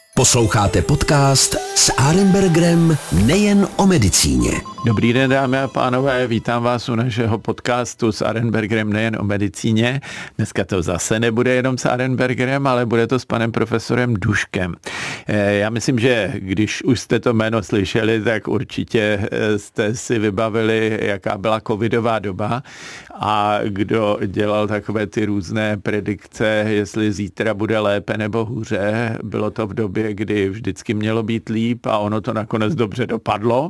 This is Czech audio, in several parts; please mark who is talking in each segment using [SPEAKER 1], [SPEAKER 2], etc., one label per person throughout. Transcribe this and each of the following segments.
[SPEAKER 1] Posloucháte podcast s Arenbergerem nejen o medicíně.
[SPEAKER 2] Dobrý den, dámy a pánové, vítám vás u našeho podcastu s Arenbergerem nejen o medicíně. Dneska to zase nebude jenom s Arenbergerem, ale bude to s panem profesorem Duškem. Já myslím, že když už jste to jméno slyšeli, tak určitě jste si vybavili, jaká byla covidová doba a kdo dělal takové ty různé predikce, jestli zítra bude lépe nebo hůře. Bylo to v době, kdy vždycky mělo být líp a ono to nakonec dobře dopadlo.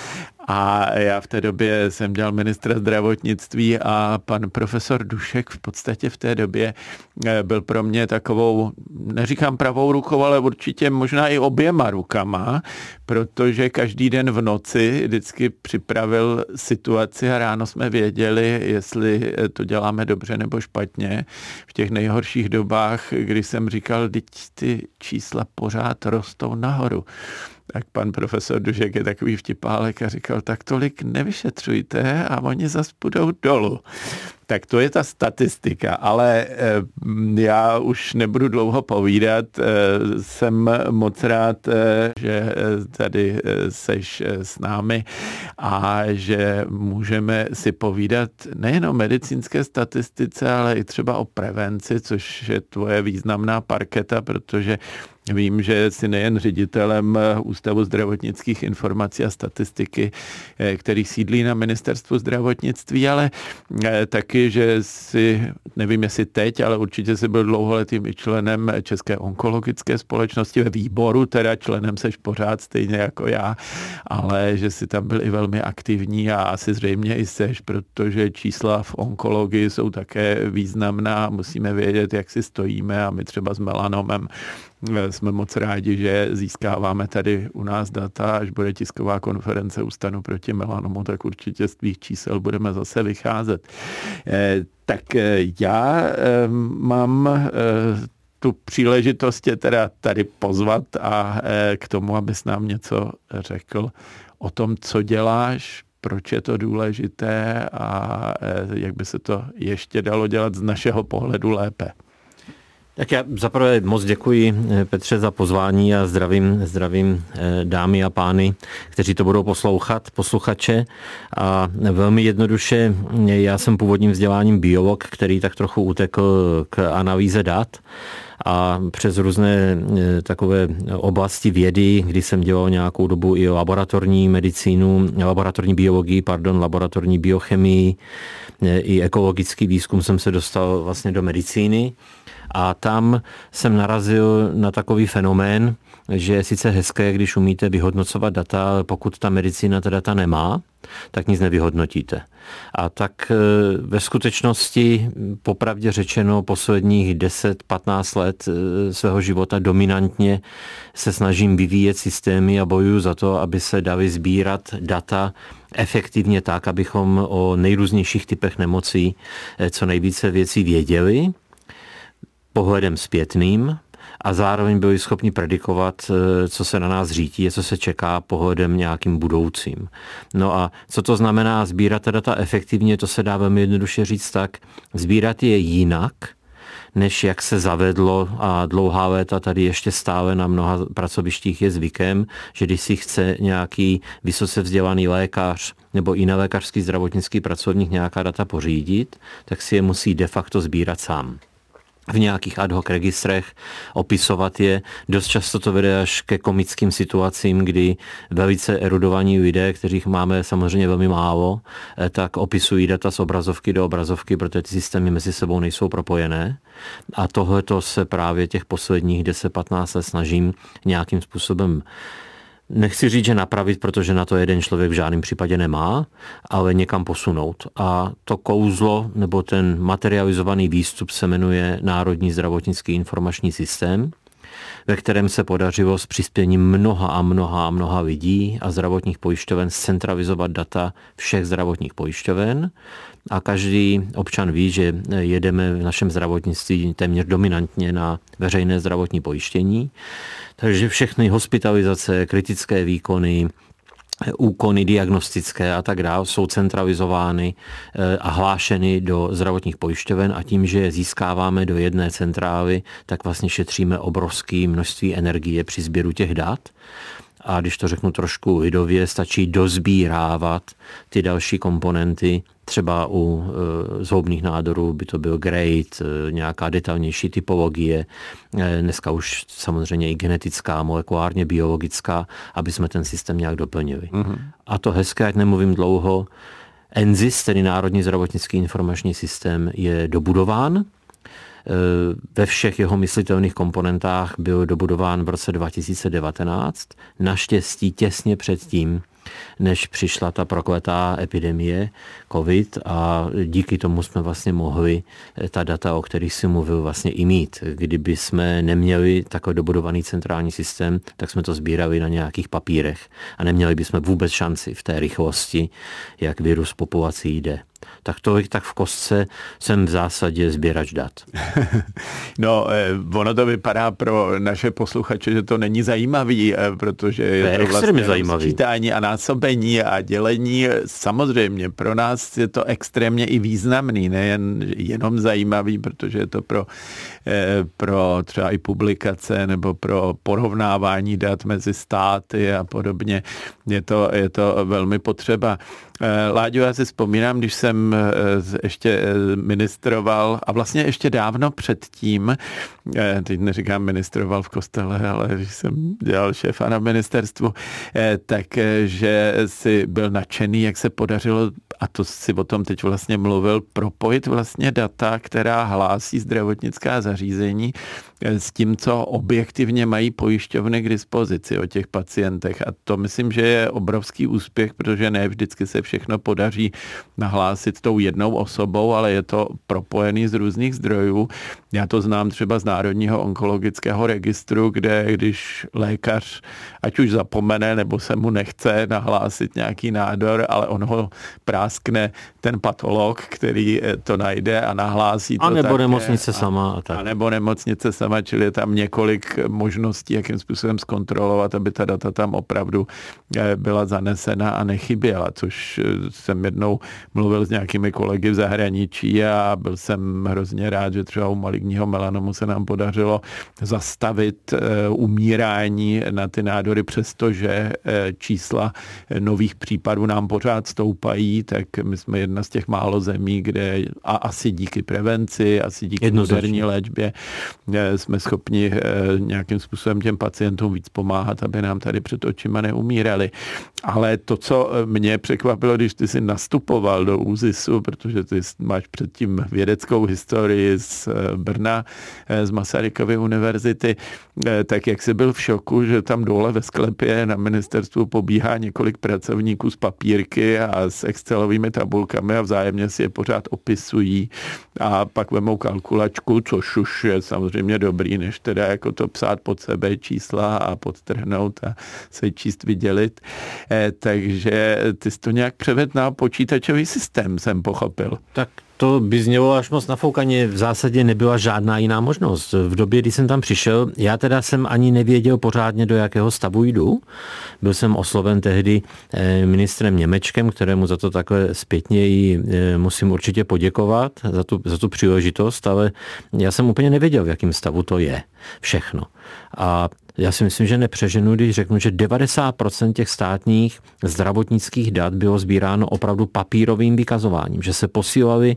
[SPEAKER 2] A já v té době jsem dělal ministra zdravotnictví a pan profesor Dušek v podstatě v té době byl pro mě takovou, neříkám pravou rukou, ale určitě možná i oběma rukama, protože každý den v noci vždycky připravil situaci a ráno jsme věděli, jestli to děláme dobře nebo špatně. V těch nejhorších dobách, kdy jsem říkal, teď ty čísla pořád rostou nahoru. Tak pan profesor Dušek je takový vtipálek a říkal, tak tolik nevyšetřujte a oni zas půjdou dolů. Tak to je ta statistika, ale já už nebudu dlouho povídat. Jsem moc rád, že tady seš s námi a že můžeme si povídat nejen o medicínské statistice, ale i třeba o prevenci, což je tvoje významná parketa, protože vím, že jsi nejen ředitelem Ústavu zdravotnických informací a statistiky, který sídlí na Ministerstvu zdravotnictví, ale taky, že jsi, nevím jestli teď, ale určitě jsi byl dlouholetým i členem České onkologické společnosti ve výboru, teda členem seš pořád stejně jako já, ale že jsi tam byl i velmi aktivní a asi zřejmě i seš, protože čísla v onkologii jsou také významná, musíme vědět, jak si stojíme a my třeba s melanomem jsme moc rádi, že získáváme tady u nás data, až bude tisková konference Ústavu proti melanomu, tak určitě z tvých čísel budeme zase vycházet. Tak já mám tu příležitost tě teda tady pozvat a k tomu, abys nám něco řekl o tom, co děláš, proč je to důležité a jak by se to ještě dalo dělat z našeho pohledu lépe.
[SPEAKER 3] Tak já zaprvé moc děkuji, Petře, za pozvání a zdravím dámy a pány, kteří to budou posluchače. A velmi jednoduše, já jsem původním vzděláním biolog, který tak trochu utekl k analýze dat a přes různé takové oblasti vědy, kdy jsem dělal nějakou dobu i laboratorní medicínu, laboratorní biochemii, i ekologický výzkum jsem se dostal vlastně do medicíny. A tam jsem narazil na takový fenomén, že je sice hezké, když umíte vyhodnocovat data, ale pokud ta medicína ta data nemá, tak nic nevyhodnotíte. A tak ve skutečnosti, popravdě řečeno, posledních 10-15 let svého života dominantně se snažím vyvíjet systémy a bojuju za to, aby se daly sbírat data efektivně tak, abychom o nejrůznějších typech nemocí co nejvíce věcí věděli, pohledem zpětným a zároveň byli schopni predikovat, co se na nás řítí a co se čeká pohledem nějakým budoucím. No a co to znamená sbírat data efektivně, to se dá velmi jednoduše říct tak, sbírat je jinak, než jak se zavedlo a dlouhá léta tady ještě stále na mnoha pracovištích je zvykem, že když si chce nějaký vysoce vzdělaný lékař nebo i nelékařský zdravotnický pracovník nějaká data pořídit, tak si je musí de facto sbírat sám. V nějakých ad hoc registrech, opisovat je. Dost často to vede až ke komickým situacím, kdy velice erudovaní lidé, kterých máme samozřejmě velmi málo, tak opisují data z obrazovky do obrazovky, protože ty systémy mezi sebou nejsou propojené. A tohleto se právě těch posledních 10-15 let snažím nějakým způsobem, nechci říct, že napravit, protože na to jeden člověk v žádném případě nemá, ale někam posunout. A to kouzlo, nebo ten materializovaný výstup se jmenuje Národní zdravotnický informační systém, ve kterém se podařilo s přispěním mnoha lidí a zdravotních pojišťoven centralizovat data všech zdravotních pojišťoven. A každý občan ví, že jedeme v našem zdravotnictví téměř dominantně na veřejné zdravotní pojištění. Takže všechny hospitalizace, kritické výkony, úkony diagnostické a tak dále jsou centralizovány a hlášeny do zdravotních pojišťoven a tím, že je získáváme do jedné centrály, tak vlastně šetříme obrovské množství energie při sběru těch dat. A když to řeknu trošku lidově, stačí dozbírávat ty další komponenty. Třeba u zhoubných nádorů by to byl grade, nějaká detailnější typologie, dneska už samozřejmě i genetická, molekulárně biologická, aby jsme ten systém nějak doplnili. A to hezké, ať nemluvím dlouho, NZIS, tedy Národní zdravotnický informační systém, je dobudován. Ve všech jeho myslitelných komponentách byl dobudován v roce 2019. Naštěstí těsně předtím, než přišla ta prokletá epidemie COVID a díky tomu jsme vlastně mohli ta data, o kterých si mluvil, vlastně i mít. Kdyby jsme neměli takový dobudovaný centrální systém, tak jsme to sbírali na nějakých papírech a neměli bychom vůbec šanci v té rychlosti, jak virus populací jde. Tak tolik tak v kostce jsem v zásadě sběrač dat.
[SPEAKER 2] No, ono to vypadá pro naše posluchače, že to není zajímavý, protože je to
[SPEAKER 3] extrémně zajímavý.
[SPEAKER 2] Sčítání a násobení a dělení. Samozřejmě pro nás je to extrémně i významný, nejen jenom zajímavý, protože je to pro třeba i publikace nebo pro porovnávání dat mezi státy a podobně. Je to velmi potřeba. Láďo, já si vzpomínám, když jsem ještě ministroval a vlastně ještě dávno předtím, teď neříkám ministroval v kostele, ale když jsem dělal šéfa na ministerstvu, takže si byl nadšený, jak se podařilo, a to si o tom teď vlastně mluvil, propojit vlastně data, která hlásí zdravotnická zařízení s tím, co objektivně mají pojišťovny k dispozici o těch pacientech. A to myslím, že je obrovský úspěch, protože ne vždycky se všechno podaří nahlásit tou jednou osobou, ale je to propojený z různých zdrojů. Já to znám třeba z Národního onkologického registru, kde když lékař, ať už zapomene, nebo se mu nechce nahlásit nějaký nádor, ale on ho práskne ten patolog, který to najde a nahlásí to.
[SPEAKER 3] A nebo nemocnice sama. A tak.
[SPEAKER 2] A nebo nemocnice sama, čili je tam několik možností, jakým způsobem zkontrolovat, aby ta data tam opravdu byla zanesena a nechyběla, což jsem jednou mluvil s nějakými kolegy v zahraničí a byl jsem hrozně rád, že třeba u maligního melanomu se nám podařilo zastavit umírání na ty nádory, přestože čísla nových případů nám pořád stoupají, tak my jsme jedna z těch málo zemí, kde a asi díky prevenci, asi díky moderní léčbě jsme schopni nějakým způsobem těm pacientům víc pomáhat, aby nám tady před očima neumírali. Ale to, co mě překvapilo, když ty jsi nastupoval do ÚZISu, protože ty máš předtím vědeckou historii z Brna, z Masarykovy univerzity, tak jak jsi byl v šoku, že tam dole ve sklepě na ministerstvu pobíhá několik pracovníků z papírky a s excelovými tabulkami a vzájemně si je pořád opisují a pak vemou kalkulačku, což už je samozřejmě dobrý, než teda jako to psát pod sebe čísla a podtrhnout a se číst vydělit. Takže ty jsi to nějak převedl na počítačový systém, jsem pochopil.
[SPEAKER 3] Tak to by znělo až moc nafoukaně. V zásadě nebyla žádná jiná možnost. V době, kdy jsem tam přišel, já teda jsem ani nevěděl pořádně, do jakého stavu jdu. Byl jsem osloven tehdy ministrem Němečkem, kterému za to takhle zpětněji musím určitě poděkovat, za tu příležitost, ale já jsem úplně nevěděl, v jakém stavu to je. Všechno. A já si myslím, že nepřeženu, když řeknu, že 90% těch státních zdravotnických dat bylo sbíráno opravdu papírovým vykazováním, že se posílali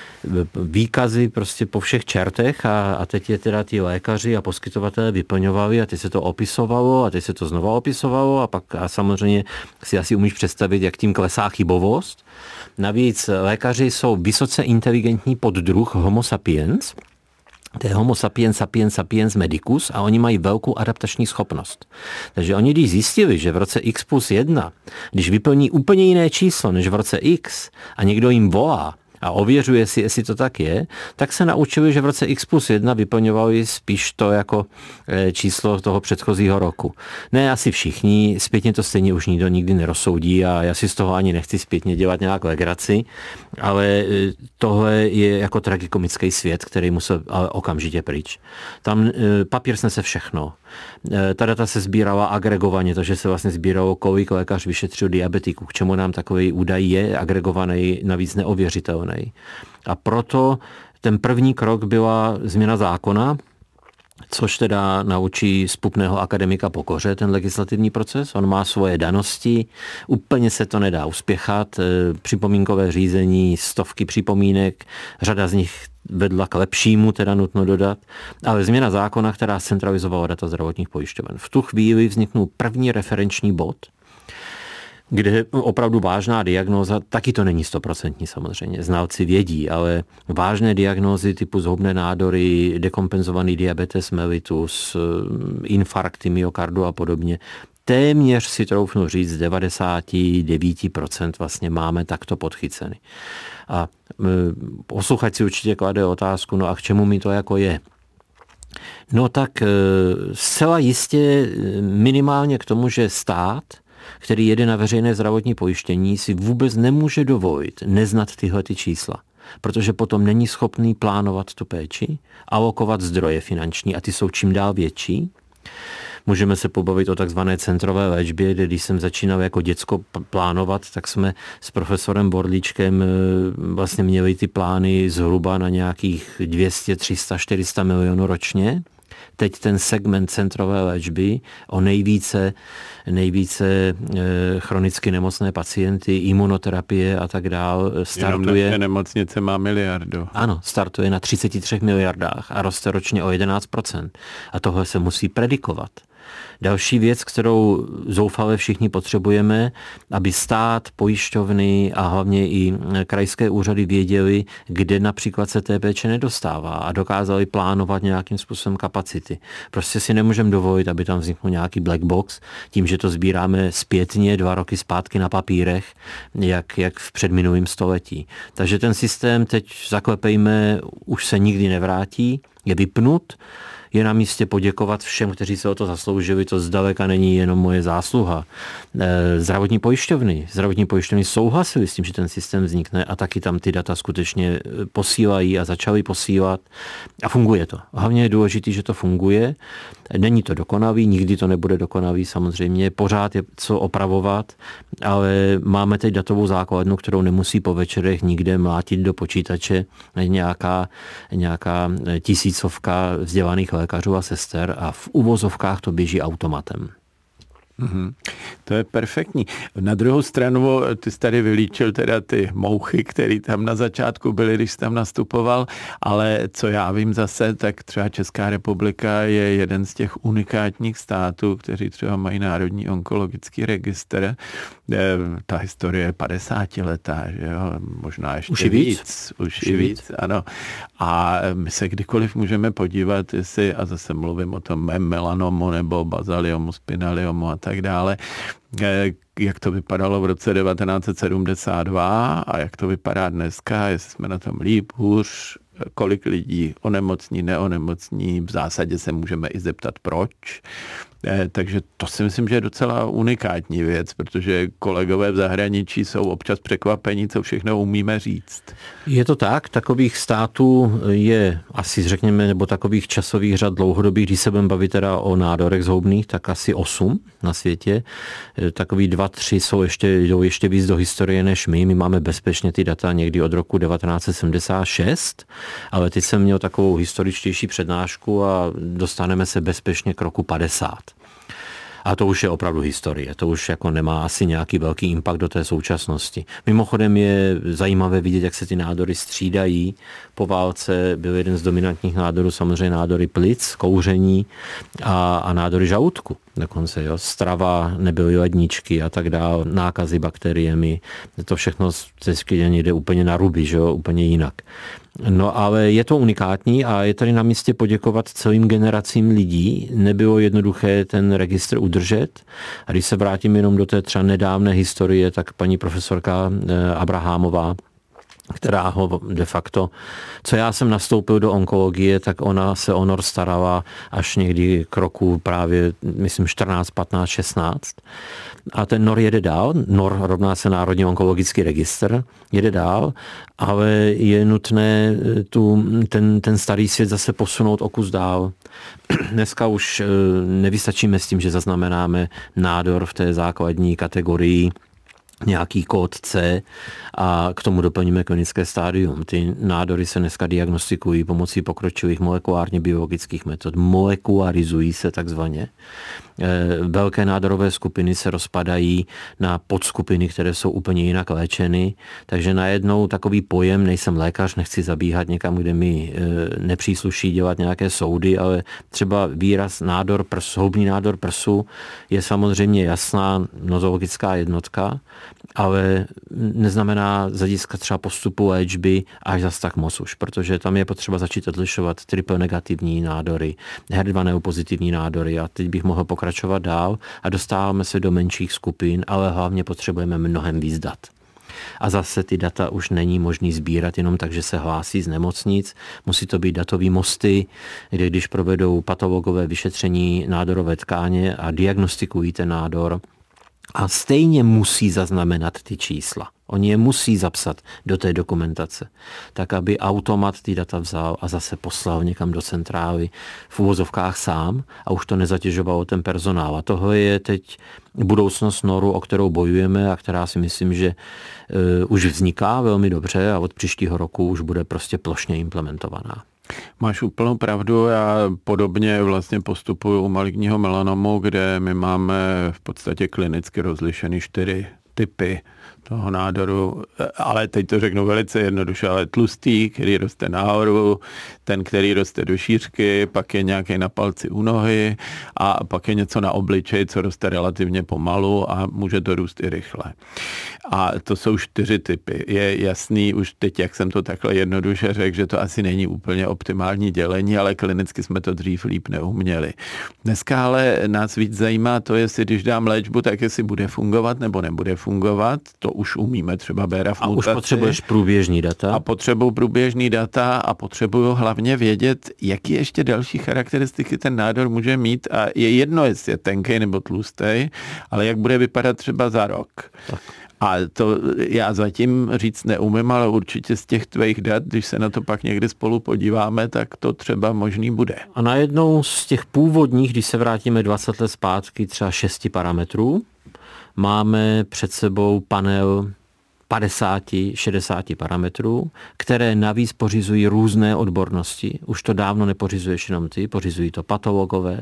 [SPEAKER 3] výkazy prostě po všech čertech a teď je teda ty lékaři a poskytovatelé vyplňovali a teď se to opisovalo a teď se to znova opisovalo a pak a samozřejmě si asi umíš představit, jak tím klesá chybovost. Navíc lékaři jsou vysoce inteligentní poddruh Homo sapiens. To je Homo sapiens sapiens sapiens medicus a oni mají velkou adaptační schopnost. Takže oni, když zjistili, že v roce x+1, když vyplní úplně jiné číslo než v roce x a někdo jim volá a ověřuje si, jestli to tak je, tak se naučili, že v roce X+1 vyplňovali spíš to jako číslo toho předchozího roku. Ne asi všichni, zpětně to stejně už nikdo nikdy nerozsoudí a já si z toho ani nechci zpětně dělat nějak legraci, ale tohle je jako tragikomický svět, který musel ale okamžitě pryč. Tam papír snese všechno. Ta data se sbírala agregovaně, takže se vlastně sbíralo, kolik lékař vyšetřil diabetiku, k čemu nám takový údaj je agregovaný, navíc neověřitelný. A proto ten první krok byla změna zákona, což teda naučí spupného akademika pokoře, ten legislativní proces. On má svoje danosti, úplně se to nedá uspěchat, připomínkové řízení, stovky připomínek, řada z nich vedla k lepšímu, teda nutno dodat, ale změna zákona, která centralizovala data zdravotních pojišťoven. V tu chvíli vzniknul první referenční bod, kde opravdu vážná diagnóza, taky to není 100% samozřejmě, znalci vědí, ale vážné diagnózy typu zhoubné nádory, dekompenzovaný diabetes mellitus, infarkty myokardu a podobně, téměř si troufnu říct, 99% vlastně máme takto podchyceny. A posluchač si určitě klade otázku, no a k čemu mi to jako je? No tak zcela jistě minimálně k tomu, že stát, který jede na veřejné zdravotní pojištění, si vůbec nemůže dovolit neznat tyhle ty čísla, protože potom není schopný plánovat tu péči, alokovat zdroje finanční a ty jsou čím dál větší. Můžeme se pobavit o takzvané centrové léčbě, kde když jsem začínal jako děcko plánovat, tak jsme s profesorem Borlíčkem vlastně měli ty plány zhruba na nějakých 200, 300, 400 milionů ročně. Teď ten segment centrové léčby o nejvíce chronicky nemocné pacienty, imunoterapie a tak dál startuje.
[SPEAKER 2] Jenom nemocnice má miliardu.
[SPEAKER 3] Ano, startuje na 33 miliardách a roste ročně o 11%. A tohle se musí predikovat. Další věc, kterou zoufale všichni potřebujeme, aby stát, pojišťovny a hlavně i krajské úřady věděli, kde například se té péče nedostává a dokázali plánovat nějakým způsobem kapacity. Prostě si nemůžeme dovolit, aby tam vznikl nějaký black box, tím, že to sbíráme zpětně 2 roky zpátky na papírech, jak v předminulém století. Takže ten systém teď zaklepejme, už se nikdy nevrátí, je vypnut. Je na místě poděkovat všem, kteří se o to zasloužili, to zdaleka není jenom moje zásluha. Zdravotní pojišťovny souhlasili s tím, že ten systém vznikne a taky tam ty data skutečně posílají a začali posílat a funguje to. Hlavně je důležité, že to funguje. Není to dokonavý, nikdy to nebude dokonavý samozřejmě, pořád je co opravovat, ale máme teď datovou základnu, kterou nemusí po večerech nikde mlátit do počítače nějaká tisícovka vzdělaných lékařů a sester a v uvozovkách to běží automatem.
[SPEAKER 2] To je perfektní. Na druhou stranu, ty jsi tady vylíčil teda ty mouchy, které tam na začátku byly, když jsi tam nastupoval, ale co já vím zase, tak třeba Česká republika je jeden z těch unikátních států, kteří třeba mají Národní onkologický registr. Ta historie je 50 letá, že jo? Možná ještě víc. Už i víc, ano. A my se kdykoliv můžeme podívat, jestli, a zase mluvím o tom melanomu nebo bazaliomu, spinaliomu a tak dále, jak to vypadalo v roce 1972 a jak to vypadá dneska, jestli jsme na tom líp, hůř, kolik lidí onemocní, neonemocní, v zásadě se můžeme i zeptat proč. Takže to si myslím, že je docela unikátní věc, protože kolegové v zahraničí jsou občas překvapení, co všechno umíme říct.
[SPEAKER 3] Je to tak, takových států je asi řekněme, nebo takových časových řad dlouhodobých, když se budeme bavit teda o nádorech zhoubných, tak asi 8 na světě. Takový 2-3 jdou ještě víc do historie než my. My máme bezpečně ty data někdy od roku 1976, ale teď jsem měl takovou historičtější přednášku a dostaneme se bezpečně k roku 50. A to už je opravdu historie, to už jako nemá asi nějaký velký impact do té současnosti. Mimochodem je zajímavé vidět, jak se ty nádory střídají. Po válce byl jeden z dominantních nádorů samozřejmě nádory plic, kouření a nádory žaludku. Dokonce strava, nebyly ledničky a tak dál, nákazy bakteriemi. To všechno jde úplně na ruby, že jo, úplně jinak. No ale je to unikátní a je tady na místě poděkovat celým generacím lidí. Nebylo jednoduché ten registr udržet. A když se vrátím jenom do té třeba nedávné historie, tak paní profesorka Abrahámová která ho de facto, co já jsem nastoupil do onkologie, tak ona se o NOR starala až někdy k roku právě, myslím, 14, 15, 16. A ten NOR jede dál, NOR rovná se Národní onkologický registr, jede dál, ale je nutné ten starý svět zase posunout o kus dál. Dneska už nevystačíme s tím, že zaznamenáme nádor v té základní kategorii, nějaký kód C a k tomu doplníme klinické stádium. Ty nádory se dneska diagnostikují pomocí pokročilých molekulárně biologických metod. Molekularizují se takzvaně. Velké nádorové skupiny se rozpadají na podskupiny, které jsou úplně jinak léčeny. Takže najednou takový pojem, nejsem lékař, nechci zabíhat někam, kde mi nepřísluší dělat nějaké soudy, ale třeba výraz nádor prsu, houbný nádor prsu je samozřejmě jasná nozologická jednotka, ale neznamená z hlediska třeba postupu léčby až zas tak moc už, protože tam je potřeba začít odlišovat triple negativní nádory, HER2 neopozitivní nádory a teď bych mohl pokračovat dál a dostáváme se do menších skupin, ale hlavně potřebujeme mnohem víc dat. A zase ty data už není možný sbírat jenom tak, že se hlásí z nemocnic. Musí to být datový mosty, kde když provedou patologové vyšetření nádorové tkáně a diagnostikují ten nádor, a stejně musí zaznamenat ty čísla. Oni je musí zapsat do té dokumentace, tak aby automat ty data vzal a zase poslal někam do centrály v uvozovkách sám a už to nezatěžovalo ten personál. A tohle je teď budoucnost NORu, o kterou bojujeme a která si myslím, že už vzniká velmi dobře a od příštího roku už bude prostě plošně implementovaná.
[SPEAKER 2] Máš úplnou pravdu, já podobně vlastně postupuju u maligního melanomu, kde my máme v podstatě klinicky rozlišeny 4 typy toho nádoru, ale teď to řeknu velice jednoduše, ale tlustý, který roste nahoru, ten, který roste do šířky, pak je nějaký na palci u nohy a pak je něco na obličeji, co roste relativně pomalu a může to růst i rychle. A to jsou 4 typy. Je jasný už teď, jak jsem to takhle jednoduše řekl, že to asi není úplně optimální dělení, ale klinicky jsme to dřív líp neuměli. Dneska ale nás víc zajímá to, jestli když dám léčbu, tak jestli bude fungovat nebo nebude fungovat. To už umíme třeba BRAF mutaci.
[SPEAKER 3] A už potřebuješ průběžný data.
[SPEAKER 2] A potřebuju průběžný data a potřebuju hlavně vědět, jaký ještě další charakteristiky ten nádor může mít a je jedno, jestli je tenkej nebo tlustej, ale jak bude vypadat třeba za rok. Tak. A to já zatím říct neumím, ale určitě z těch tvých dat, když se na to pak někdy spolu podíváme, tak to třeba možný bude. A
[SPEAKER 3] najednou z těch původních, když se vrátíme 20 let zpátky, třeba 6 parametrů, máme před sebou panel 50-60 parametrů, které navíc pořizují různé odbornosti. Už to dávno nepořizuješ jenom ty, pořizují to patologové.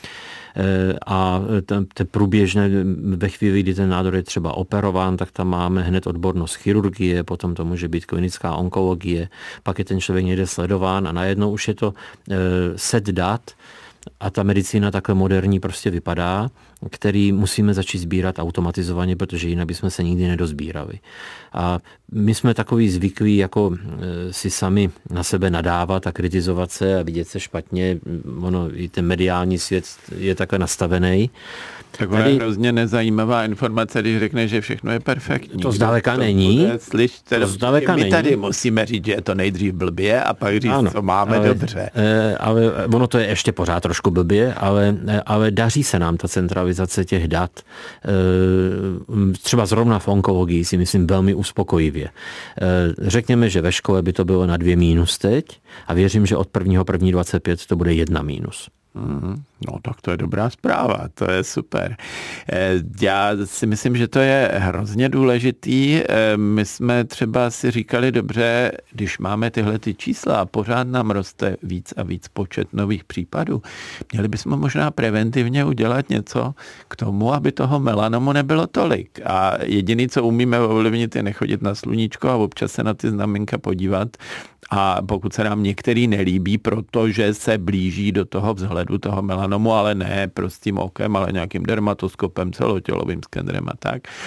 [SPEAKER 3] A te průběžné ve chvíli, kdy ten nádor je třeba operován, tak tam máme hned odbornost chirurgie, potom to může být klinická onkologie, pak je ten člověk někde sledován a najednou už je to set dat a ta medicína takhle moderní prostě vypadá, který musíme začít sbírat automatizovaně, protože jinak bychom se nikdy nedozbírali. A my jsme takový zvyklí jako si sami na sebe nadávat a kritizovat se a vidět se špatně. Ono, i ten mediální svět je takhle nastavený.
[SPEAKER 2] Tak ona je hrozně nezajímavá informace, když řekne, že všechno je perfektní.
[SPEAKER 3] To zdaleka není.
[SPEAKER 2] My tady musíme říct, že je to nejdřív blbě a pak říct, ano, co máme dobře.
[SPEAKER 3] Ale ono to je ještě pořád trošku blbě, ale daří se nám ta centralizace těch dat. Třeba zrovna v onkologii si myslím velmi uspokojivě. Řekněme, že ve škole by to bylo na 2- teď a věřím, že od 1.1.25 to bude 1-.
[SPEAKER 2] No tak to je dobrá zpráva, to je super. Já si myslím, že to je hrozně důležitý. My jsme třeba si říkali dobře, když máme tyhle ty čísla a pořád nám roste víc a víc počet nových případů, měli bychom možná preventivně udělat něco k tomu, aby toho melanomu nebylo tolik. A jediný, co umíme ovlivnit, je nechodit na sluníčko a občas se na ty znamenka podívat. A pokud se nám některý nelíbí, protože se blíží do toho vzhledu toho melanomu, ale ne prostým okem, ale nějakým dermatoskopem, celotělovým skenerem a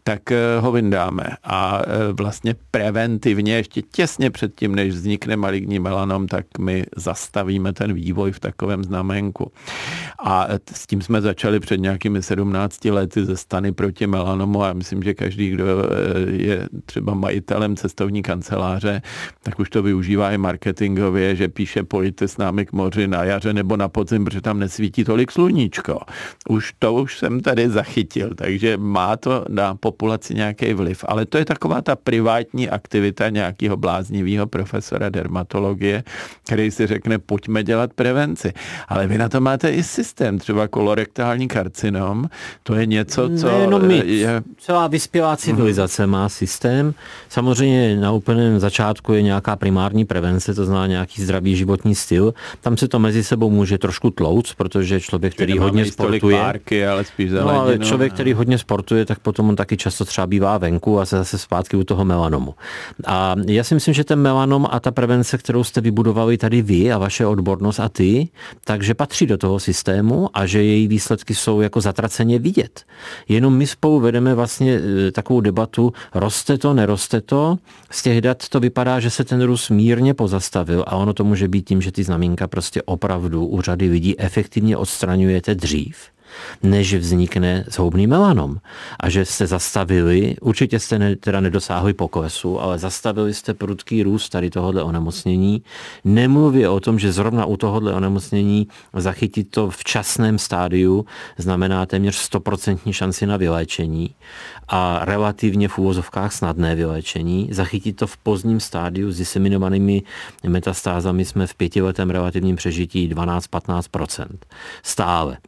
[SPEAKER 2] tak ho vyndáme. A vlastně preventivně, ještě těsně předtím, než vznikne maligní melanom, tak my zastavíme ten vývoj v takovém znamenku. A s tím jsme začali před nějakými 17 lety ze stany proti melanomu a myslím, že každý, kdo je třeba majitelem cestovní kanceláře, tak už to využívá i marketingově, že píše pojďte s námi k moři na jaře nebo na podzim, protože tam nesvítí tolik sluníčko. Už jsem tady zachytil, takže má to na populaci nějaký vliv. Ale to je taková ta privátní aktivita nějakého bláznivého profesora dermatologie, který si řekne, pojďme dělat prevenci. Ale vy na to máte i systém, třeba kolorektální karcinom, to je něco, co je...
[SPEAKER 3] Celá vyspělá civilizace má systém. Samozřejmě na úplném začátku je nějaká primární prevence, to znamená nějaký zdravý životní styl. Tam se to mezi sebou může trošku tlouct, protože člověk, který hodně sportuje,
[SPEAKER 2] párky, ale spíš
[SPEAKER 3] ale člověk, který hodně sportuje, tak potom on taky často třeba bývá venku a se zase zpátky u toho melanomu. A já si myslím, že ten melanom a ta prevence, kterou jste vybudovali tady vy a vaše odbornost a ty, takže patří do toho systému a že její výsledky jsou jako zatraceně vidět. Jenom my spolu vedeme vlastně takovou debatu, roste to, neroste to. Z těch dat to vypadá, že se ten růst mírně pozastavil a ono to může být tím, že ty znamínka prostě opravdu u řady lidí efektivně odstraňujete dřív, než vznikne zhoubný melanom. A že jste zastavili, určitě jste teda nedosáhli poklesu, ale zastavili jste prudký růst tady tohohle onemocnění. Nemluví o tom, že zrovna u tohohle onemocnění zachytit to v časném stádiu znamená téměř 100% šanci na vyléčení a relativně v úvozovkách snadné vyléčení. Zachytit to v pozdním stádiu s diseminovanými metastázami jsme v 5letém relativním přežití 12-15%. Stále.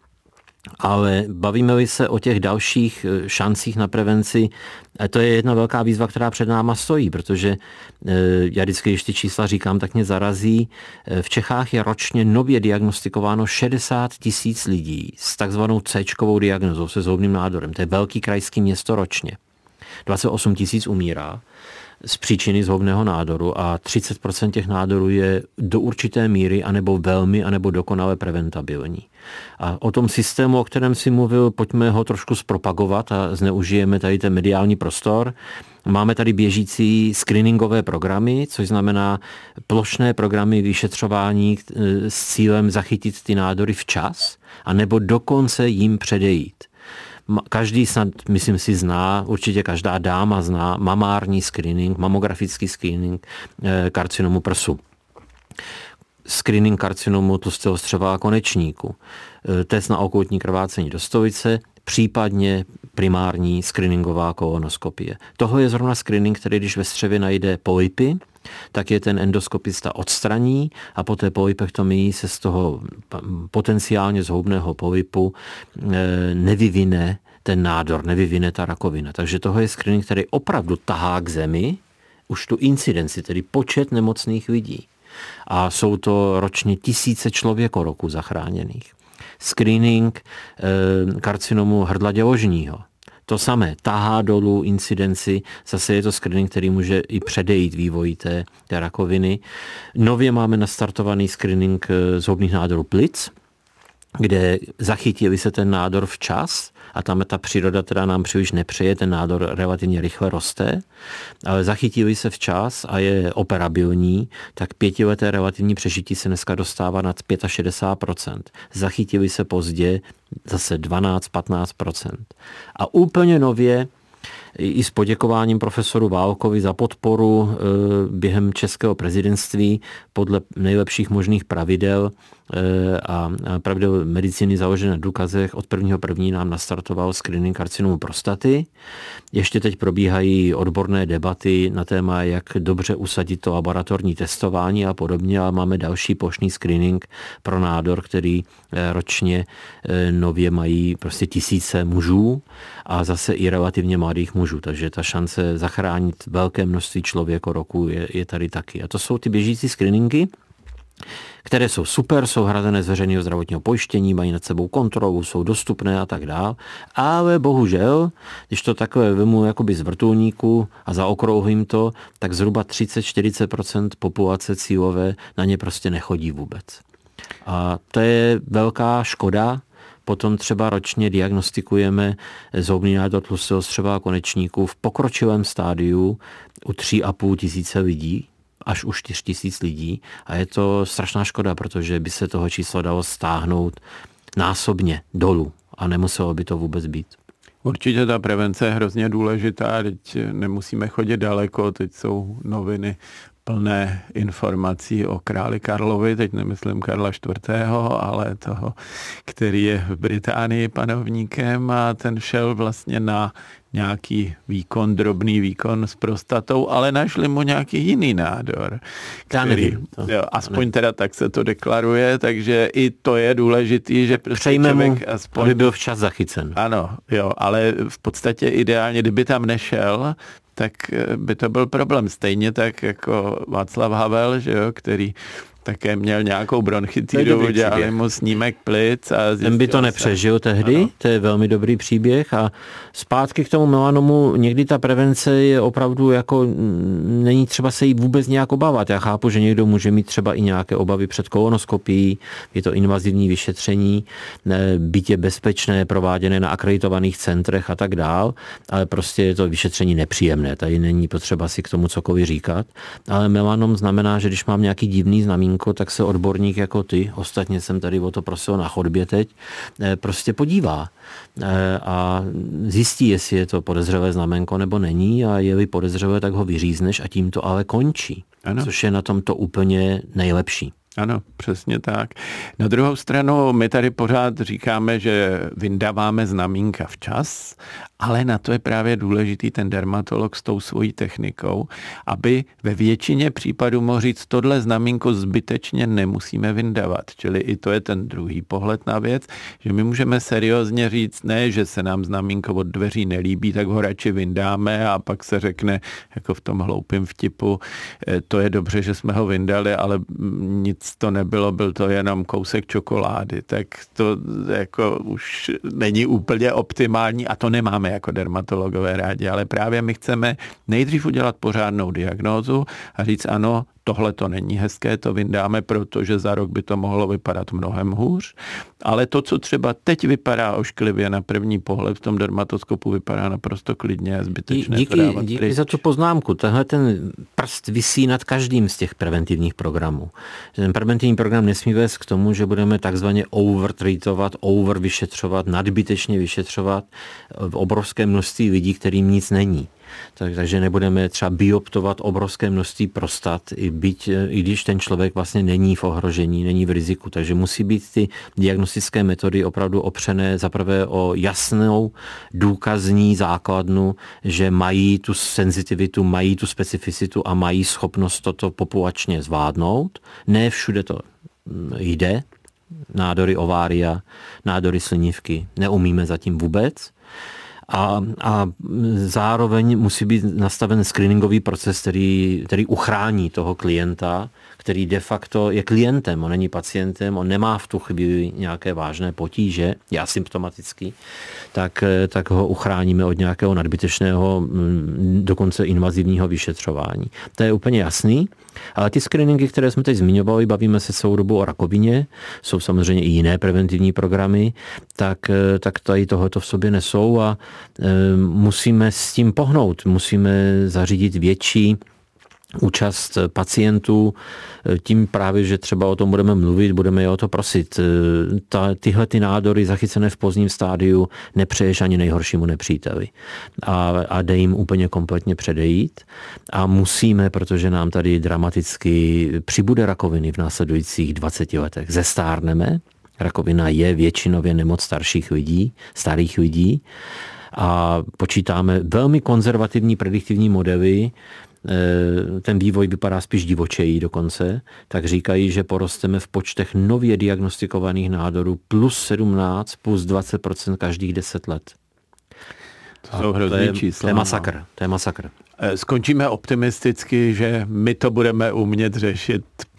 [SPEAKER 3] Ale bavíme-li se o těch dalších šancích na prevenci, to je jedna velká výzva, která před náma stojí, protože já vždycky, když ty čísla říkám, tak mě zarazí. V Čechách je ročně nově diagnostikováno 60 000 lidí s takzvanou C-čkovou diagnozou, se zhoubným nádorem. To je velký krajský město ročně. 28 000 umírá z příčiny zhoubného nádoru a 30% těch nádorů je do určité míry anebo velmi, anebo dokonale preventabilní. A o tom systému, o kterém si mluvil, pojďme ho trošku zpropagovat a zneužijeme tady ten mediální prostor. Máme tady běžící screeningové programy, což znamená plošné programy vyšetřování s cílem zachytit ty nádory včas, anebo dokonce jim předejít. Každý snad, myslím si, zná, určitě každá dáma zná mamární screening, mamografický screening karcinomu prsu. Screening karcinomu tlustého střeva a konečníku. Test na okultní krvácení do stolice, případně primární screeningová kolonoskopie. Toho je zrovna screening, který když ve střevě najde polypy, tak je ten endoskopista odstraní a po té polypektomii se z toho potenciálně zhoubného polypu nevyvine ten nádor, nevyvine ta rakovina. Takže toho je screening, který opravdu tahá k zemi už tu incidenci, tedy počet nemocných lidí. A jsou to ročně tisíce člověkoroků zachráněných. Screening karcinomu hrdla děložního. To samé, tahá dolů incidenci, zase je to screening, který může i předejít vývoji té rakoviny. Nově máme nastartovaný screening zhoubných nádorů plic, kde zachytili se ten nádor včas a tam ta příroda teda nám příliš nepřeje, ten nádor relativně rychle roste, ale zachytili se včas a je operabilní, tak 5leté relativní přežití se dneska dostává nad 65%. Zachytili se pozdě zase 12-15%. A úplně nově i s poděkováním profesoru Válkovi za podporu během českého prezidentství podle nejlepších možných pravidel a pravidel medicíny založené na důkazech od 1.1. nám nastartoval screening karcinomu prostaty. Ještě teď probíhají odborné debaty na téma, jak dobře usadit to laboratorní testování a podobně, ale máme další plošný screening pro nádor, který ročně nově mají prostě tisíce mužů a zase i relativně mladých mužů, takže ta šance zachránit velké množství člověkoroků je tady taky. A to jsou ty běžící screeningy, které jsou super, jsou hrazené z veřejného zdravotního pojištění, mají nad sebou kontrolu, jsou dostupné a tak dál. Ale bohužel, když to takhle vemu jakoby z vrtulníku a zaokrouhím to, tak zhruba 30-40% populace cílové na ně prostě nechodí vůbec. A to je velká škoda, potom třeba ročně diagnostikujeme zhoubný nádor tlustého střeva a konečníků v pokročilém stádiu u 3,5 tisíce lidí, až u 4 tisíc lidí a je to strašná škoda, protože by se toho číslo dalo stáhnout násobně dolů a nemuselo by to vůbec být.
[SPEAKER 2] Určitě ta prevence je hrozně důležitá, teď nemusíme chodit daleko, teď jsou noviny plné informací o králi Karlovi, teď nemyslím Karla IV., ale toho, který je v Británii panovníkem a ten šel vlastně na nějaký výkon, drobný výkon s prostatou, ale našli mu nějaký jiný nádor. Který, aspoň teda tak se to deklaruje, takže i to je důležitý, že
[SPEAKER 3] přejme mu, aspoň, aby byl včas zachycen.
[SPEAKER 2] Ano, jo, ale v podstatě ideálně, kdyby tam nešel, tak by to byl problém. Stejně tak jako Václav Havel, že jo, který také měl nějakou bronchitidu, udělali mu snímek plic.
[SPEAKER 3] Ten by to nepřežil tehdy, ano. To je velmi dobrý příběh a zpátky k tomu melanomu někdy ta prevence je opravdu jako, není třeba se jí vůbec nějak obávat. Já chápu, že někdo může mít třeba i nějaké obavy před kolonoskopií, je to invazivní vyšetření, byť je bezpečné, prováděné na akreditovaných centrech a tak dál, ale prostě je to vyšetření nepříjemné, tady není potřeba si k tomu cokoliv říkat, ale melanom znamená, že když mám nějaký divný znamínko, tak se odborník jako ty, ostatně jsem tady o to prosil na chodbě teď, prostě podívá a zjistí, jestli je to podezřelé znamenko nebo není a je-li podezřelé, tak ho vyřízneš a tím to ale končí, ano. Což je na tom to úplně nejlepší.
[SPEAKER 2] Ano, přesně tak. Na druhou stranu my tady pořád říkáme, že vyndáváme znamínka včas, ale na to je právě důležitý ten dermatolog s tou svojí technikou, aby ve většině případů mohl říct, tohle znamínko zbytečně nemusíme vyndávat. Čili i to je ten druhý pohled na věc, že my můžeme seriózně říct, ne, že se nám znamínko od dveří nelíbí, tak ho radši vyndáme a pak se řekne, jako v tom hloupém vtipu, to je dobře, že jsme ho vyndali, ale nic to nebylo, byl to jenom kousek čokolády, tak to jako už není úplně optimální a to nemáme jako dermatologové rádi, ale právě my chceme nejdřív udělat pořádnou diagnózu a říct ano, tohle to není hezké, to vyndáme, protože za rok by to mohlo vypadat mnohem hůř, ale to, co třeba teď vypadá ošklivě na první pohled, v tom dermatoskopu vypadá naprosto klidně a zbytečné to dávat
[SPEAKER 3] díky
[SPEAKER 2] pryč.
[SPEAKER 3] za tu poznámku. Tenhle ten prst visí nad každým z těch preventivních programů. Ten preventivní program nesmí vést k tomu, že budeme takzvaně overtreatovat, overvyšetřovat, nadbytečně vyšetřovat v obrovské množství lidí, kterým nic není. Takže nebudeme třeba bioptovat obrovské množství prostat, i když ten člověk vlastně není v ohrožení, není v riziku. Takže musí být ty diagnostické metody opravdu opřené zaprvé o jasnou důkazní základnu, že mají tu senzitivitu, mají tu specificitu a mají schopnost toto populačně zvládnout. Ne všude to jde. Nádory ovária, nádory slinivky neumíme zatím vůbec. A zároveň musí být nastaven screeningový proces, který uchrání toho klienta, který de facto je klientem, on není pacientem, on nemá v tu chvíli nějaké vážné potíže, je asymptomatický, tak ho uchráníme od nějakého nadbytečného, dokonce invazivního vyšetřování. To je úplně jasný, ale ty screeningy, které jsme teď zmiňovali, bavíme se celou dobu o rakovině, jsou samozřejmě i jiné preventivní programy, tak tady tohleto v sobě nesou a musíme s tím pohnout, musíme zařídit větší účast pacientů, tím právě, že třeba o tom budeme mluvit, budeme je o to prosit. Tyhle ty nádory zachycené v pozdním stádiu nepřeješ ani nejhoršímu nepříteli. A dej jim úplně kompletně předejít. A musíme, protože nám tady dramaticky přibude rakoviny v následujících 20 letech. Zestárneme. Rakovina je většinově nemoc starých lidí. A počítáme velmi konzervativní prediktivní modely, ten vývoj vypadá spíš divočeji dokonce, tak říkají, že porosteme v počtech nově diagnostikovaných nádorů plus 17, plus 20% každých 10 let.
[SPEAKER 2] To jsou hrozný čísla.
[SPEAKER 3] To je masakr.
[SPEAKER 2] Skončíme optimisticky, že my to budeme umět řešit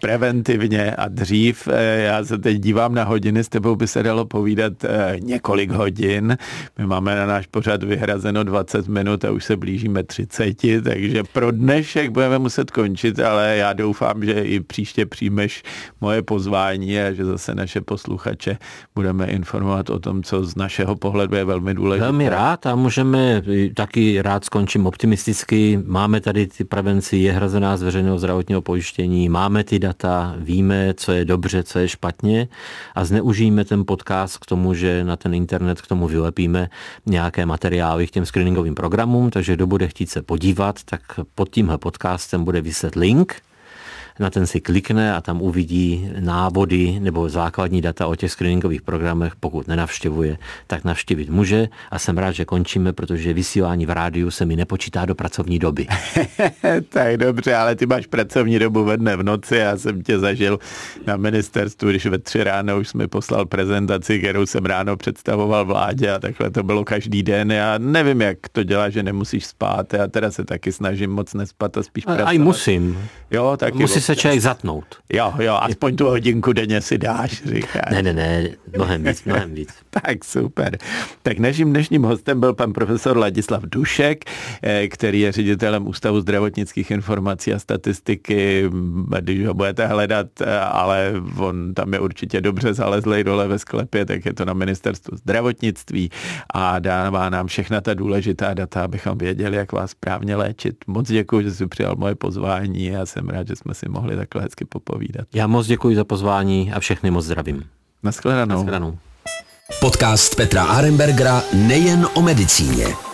[SPEAKER 2] preventivně a dřív. Já se teď dívám na hodiny, s tebou by se dalo povídat několik hodin. My máme na náš pořad vyhrazeno 20 minut a už se blížíme 30, takže pro dnešek budeme muset končit, ale já doufám, že i příště přijmeš moje pozvání a že zase naše posluchače budeme informovat o tom, co z našeho pohledu je velmi důležité.
[SPEAKER 3] Velmi rád a můžeme taky rád skončím optimisticky. Máme tady ty prevenci, je hrazená z veřejného zdravotního pojištění, máme ty data, víme, co je dobře, co je špatně a zneužijeme ten podcast k tomu, že na ten internet k tomu vylepíme nějaké materiály k těm screeningovým programům, takže kdo bude chtít se podívat, tak pod tímhle podcastem bude viset link, na ten si klikne a tam uvidí návody nebo základní data o těch screeningových programech. Pokud nenavštěvuje, tak navštívit může. A jsem rád, že končíme, protože vysílání v rádiu se mi nepočítá do pracovní doby.
[SPEAKER 2] Tak dobře, ale ty máš pracovní dobu ve dne v noci. Já jsem tě zažil na ministerstvu, když ve 3 ráno už mi poslal prezentaci, kterou jsem ráno představoval vládě a takhle to bylo každý den. Já nevím, jak to dělá, že nemusíš spát. Já teda se taky snažím moc nespat a spíš pracovat.
[SPEAKER 3] A i musím.
[SPEAKER 2] Jo, taky.
[SPEAKER 3] Musí se člověk zatnout.
[SPEAKER 2] Jo, aspoň tu hodinku denně si dáš, říkáš.
[SPEAKER 3] Ne, mnohem víc.
[SPEAKER 2] Tak super. Tak naším dnešním hostem byl pan profesor Ladislav Dušek, který je ředitelem Ústavu zdravotnických informací a statistiky, když ho budete hledat, ale on tam je určitě dobře zalezlej dole ve sklepě, tak je to na ministerstvu zdravotnictví a dává nám všechna ta důležitá data, abychom věděli, jak vás správně léčit. Moc děkuji, že jsi přijal moje pozvání a jsem rád, že jsme si mohli takhle hezky popovídat.
[SPEAKER 3] Já moc děkuji za pozvání a všechny moc zdravím.
[SPEAKER 2] Nashledanou.
[SPEAKER 1] Podcast Petra Arenbergera nejen o medicíně.